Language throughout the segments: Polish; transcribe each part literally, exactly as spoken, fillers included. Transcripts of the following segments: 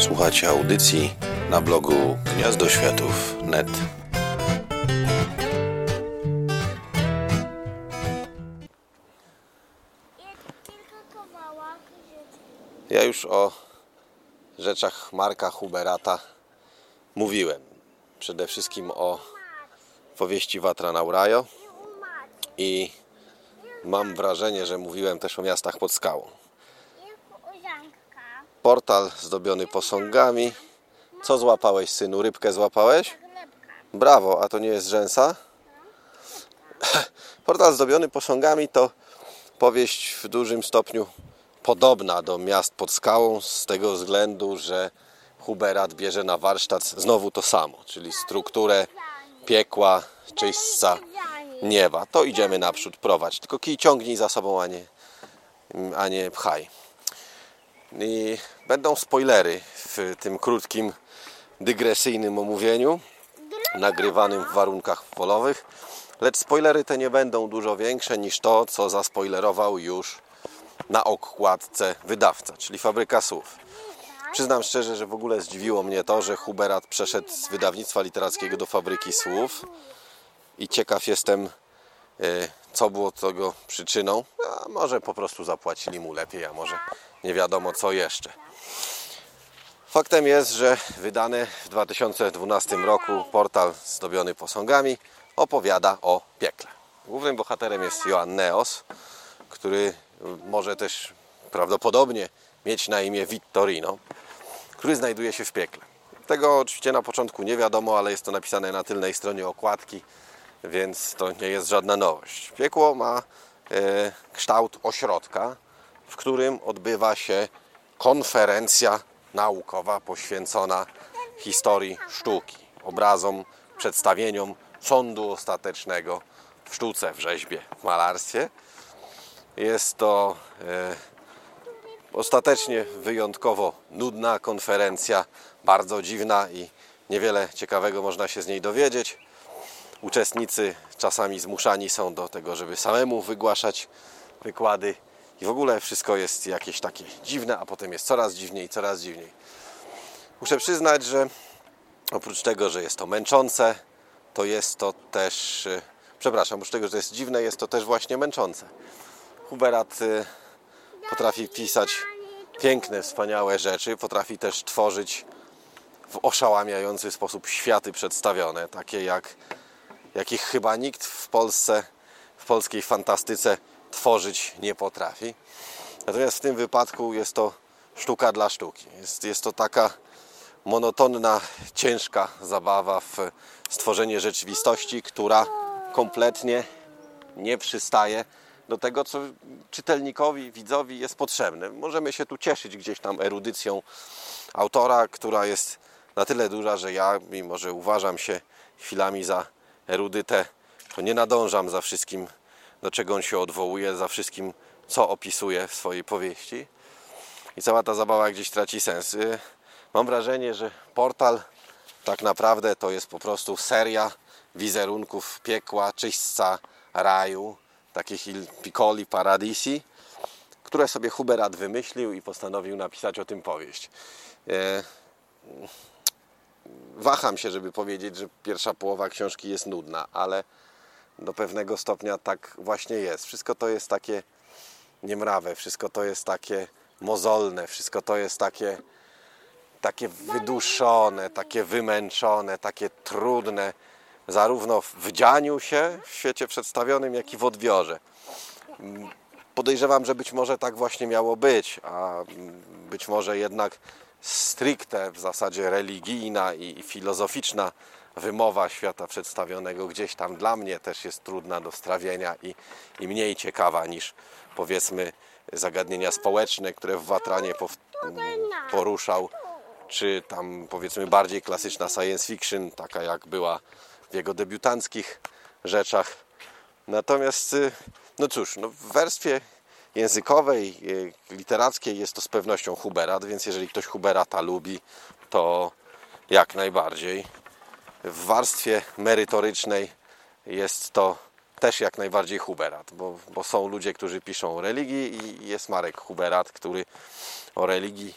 Słuchacie audycji na blogu gniazdoświatów kropka net. Ja już o rzeczach Marka Huberata mówiłem. Przede wszystkim o powieści Vatra Naurajo i mam wrażenie, że mówiłem też o miastach pod skałą. Portal zdobiony posągami. Co złapałeś, synu? Rybkę złapałeś? Brawo, a to nie jest rzęsa? Portal zdobiony posągami to powieść w dużym stopniu podobna do miast pod skałą z tego względu, że Huberat bierze na warsztat znowu to samo, czyli strukturę piekła, czyśćca, nieba. To idziemy naprzód, prowadź. Tylko kij ciągnij za sobą, a nie, a nie pchaj. I będą spoilery w tym krótkim, dygresyjnym omówieniu, nagrywanym w warunkach polowych. Lecz spoilery te nie będą dużo większe niż to, co zaspoilerował już na okładce wydawca, czyli Fabryka Słów. Przyznam szczerze, że w ogóle zdziwiło mnie to, że Huberat przeszedł z wydawnictwa literackiego do Fabryki Słów i ciekaw jestem, co było tego przyczyną. A może po prostu zapłacili mu lepiej, a może nie wiadomo co jeszcze. Faktem jest, że wydany w dwa tysiące dwunastym roku portal zdobiony posągami opowiada o piekle. Głównym bohaterem jest Ioanneos, który może też prawdopodobnie mieć na imię Vittorino, który znajduje się w piekle. Tego oczywiście na początku nie wiadomo, ale jest to napisane na tylnej stronie okładki, więc to nie jest żadna nowość. Piekło ma e, kształt ośrodka, w którym odbywa się konferencja naukowa poświęcona historii sztuki, obrazom, przedstawieniom sądu ostatecznego w sztuce, w rzeźbie, w malarstwie. Jest to e, ostatecznie wyjątkowo nudna konferencja, bardzo dziwna i niewiele ciekawego można się z niej dowiedzieć. Uczestnicy czasami zmuszani są do tego, żeby samemu wygłaszać wykłady i w ogóle wszystko jest jakieś takie dziwne, a potem jest coraz dziwniej, coraz dziwniej. Muszę przyznać, że oprócz tego, że jest to męczące, to jest to też, przepraszam, oprócz tego, że to jest dziwne, jest to też właśnie męczące. Huberat potrafi pisać piękne, wspaniałe rzeczy, potrafi też tworzyć w oszałamiający sposób światy przedstawione, takie jak jakich chyba nikt w Polsce, w polskiej fantastyce tworzyć nie potrafi. Natomiast w tym wypadku jest to sztuka dla sztuki. Jest, jest to taka monotonna, ciężka zabawa w stworzenie rzeczywistości, która kompletnie nie przystaje do tego, co czytelnikowi, widzowi jest potrzebne. Możemy się tu cieszyć gdzieś tam erudycją autora, która jest na tyle duża, że ja, mimo że uważam się chwilami za erudytę, to nie nadążam za wszystkim, do czego on się odwołuje, za wszystkim, co opisuje w swojej powieści. I cała ta zabawa gdzieś traci sens. Mam wrażenie, że portal tak naprawdę to jest po prostu seria wizerunków piekła, czyśćca, raju, takich il piccoli paradisi, które sobie Huberat wymyślił i postanowił napisać o tym powieść. E... Waham się, żeby powiedzieć, że pierwsza połowa książki jest nudna, ale do pewnego stopnia tak właśnie jest. Wszystko to jest takie niemrawe, wszystko to jest takie mozolne, wszystko to jest takie, takie wyduszone, takie wymęczone, takie trudne, zarówno w dzianiu się w świecie przedstawionym, jak i w odbiorze. Podejrzewam, że być może tak właśnie miało być, a być może jednak stricte w zasadzie religijna i filozoficzna wymowa świata przedstawionego gdzieś tam dla mnie też jest trudna do strawienia i, i mniej ciekawa niż powiedzmy zagadnienia społeczne, które w Vatranie poruszał, czy tam powiedzmy bardziej klasyczna science fiction, taka jak była w jego debiutanckich rzeczach. Natomiast, no cóż, no w warstwie językowej, literackiej jest to z pewnością Huberat, więc jeżeli ktoś Huberata lubi, to jak najbardziej. W warstwie merytorycznej jest to też jak najbardziej Huberat, bo, bo są ludzie, którzy piszą o religii i jest Marek Huberat, który o religii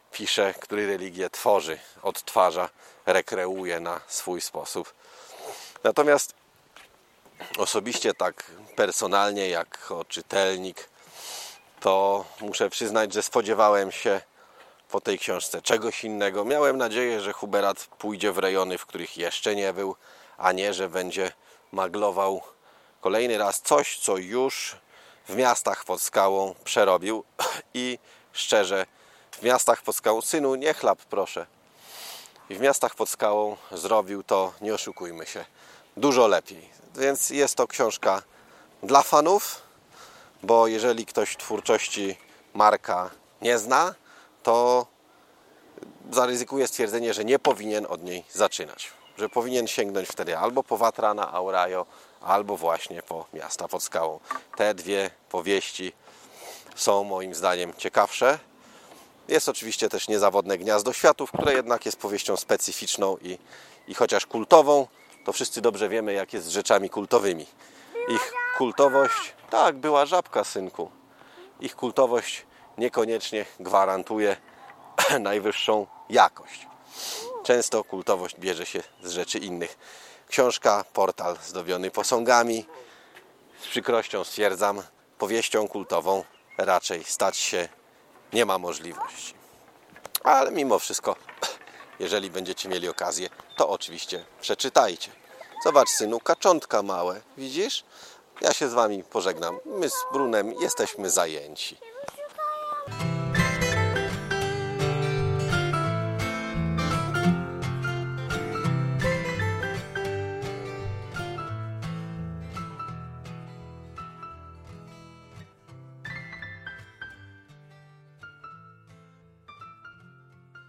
pisze, który religię tworzy, odtwarza, rekreuje na swój sposób. Natomiast osobiście tak personalnie, jako czytelnik, to muszę przyznać, że spodziewałem się po tej książce czegoś innego. Miałem nadzieję, że Huberat pójdzie w rejony, w których jeszcze nie był, a nie, że będzie maglował kolejny raz coś, co już w miastach pod skałą przerobił. I szczerze, w miastach pod skałą, synu, nie chlap proszę. I w miastach pod skałą zrobił to, nie oszukujmy się, dużo lepiej. Więc jest to książka dla fanów, bo jeżeli ktoś twórczości Marka nie zna, to zaryzykuje stwierdzenie, że nie powinien od niej zaczynać. Że powinien sięgnąć wtedy albo po Watrana Aurajo, albo właśnie po Miasta pod skałą. Te dwie powieści są moim zdaniem ciekawsze. Jest oczywiście też Niezawodne Gniazdo Światów, które jednak jest powieścią specyficzną i, i chociaż kultową, to wszyscy dobrze wiemy, jak jest z rzeczami kultowymi. Ich kultowość, tak, była żabka, synku. Ich kultowość niekoniecznie gwarantuje najwyższą jakość. Często kultowość bierze się z rzeczy innych. Książka, portal zdobiony posągami. Z przykrością stwierdzam, powieścią kultową raczej stać się nie ma możliwości. Ale mimo wszystko, jeżeli będziecie mieli okazję, to oczywiście przeczytajcie. Zobacz, synu, kaczątka małe. Widzisz? Ja się z wami pożegnam. My z Brunem jesteśmy zajęci.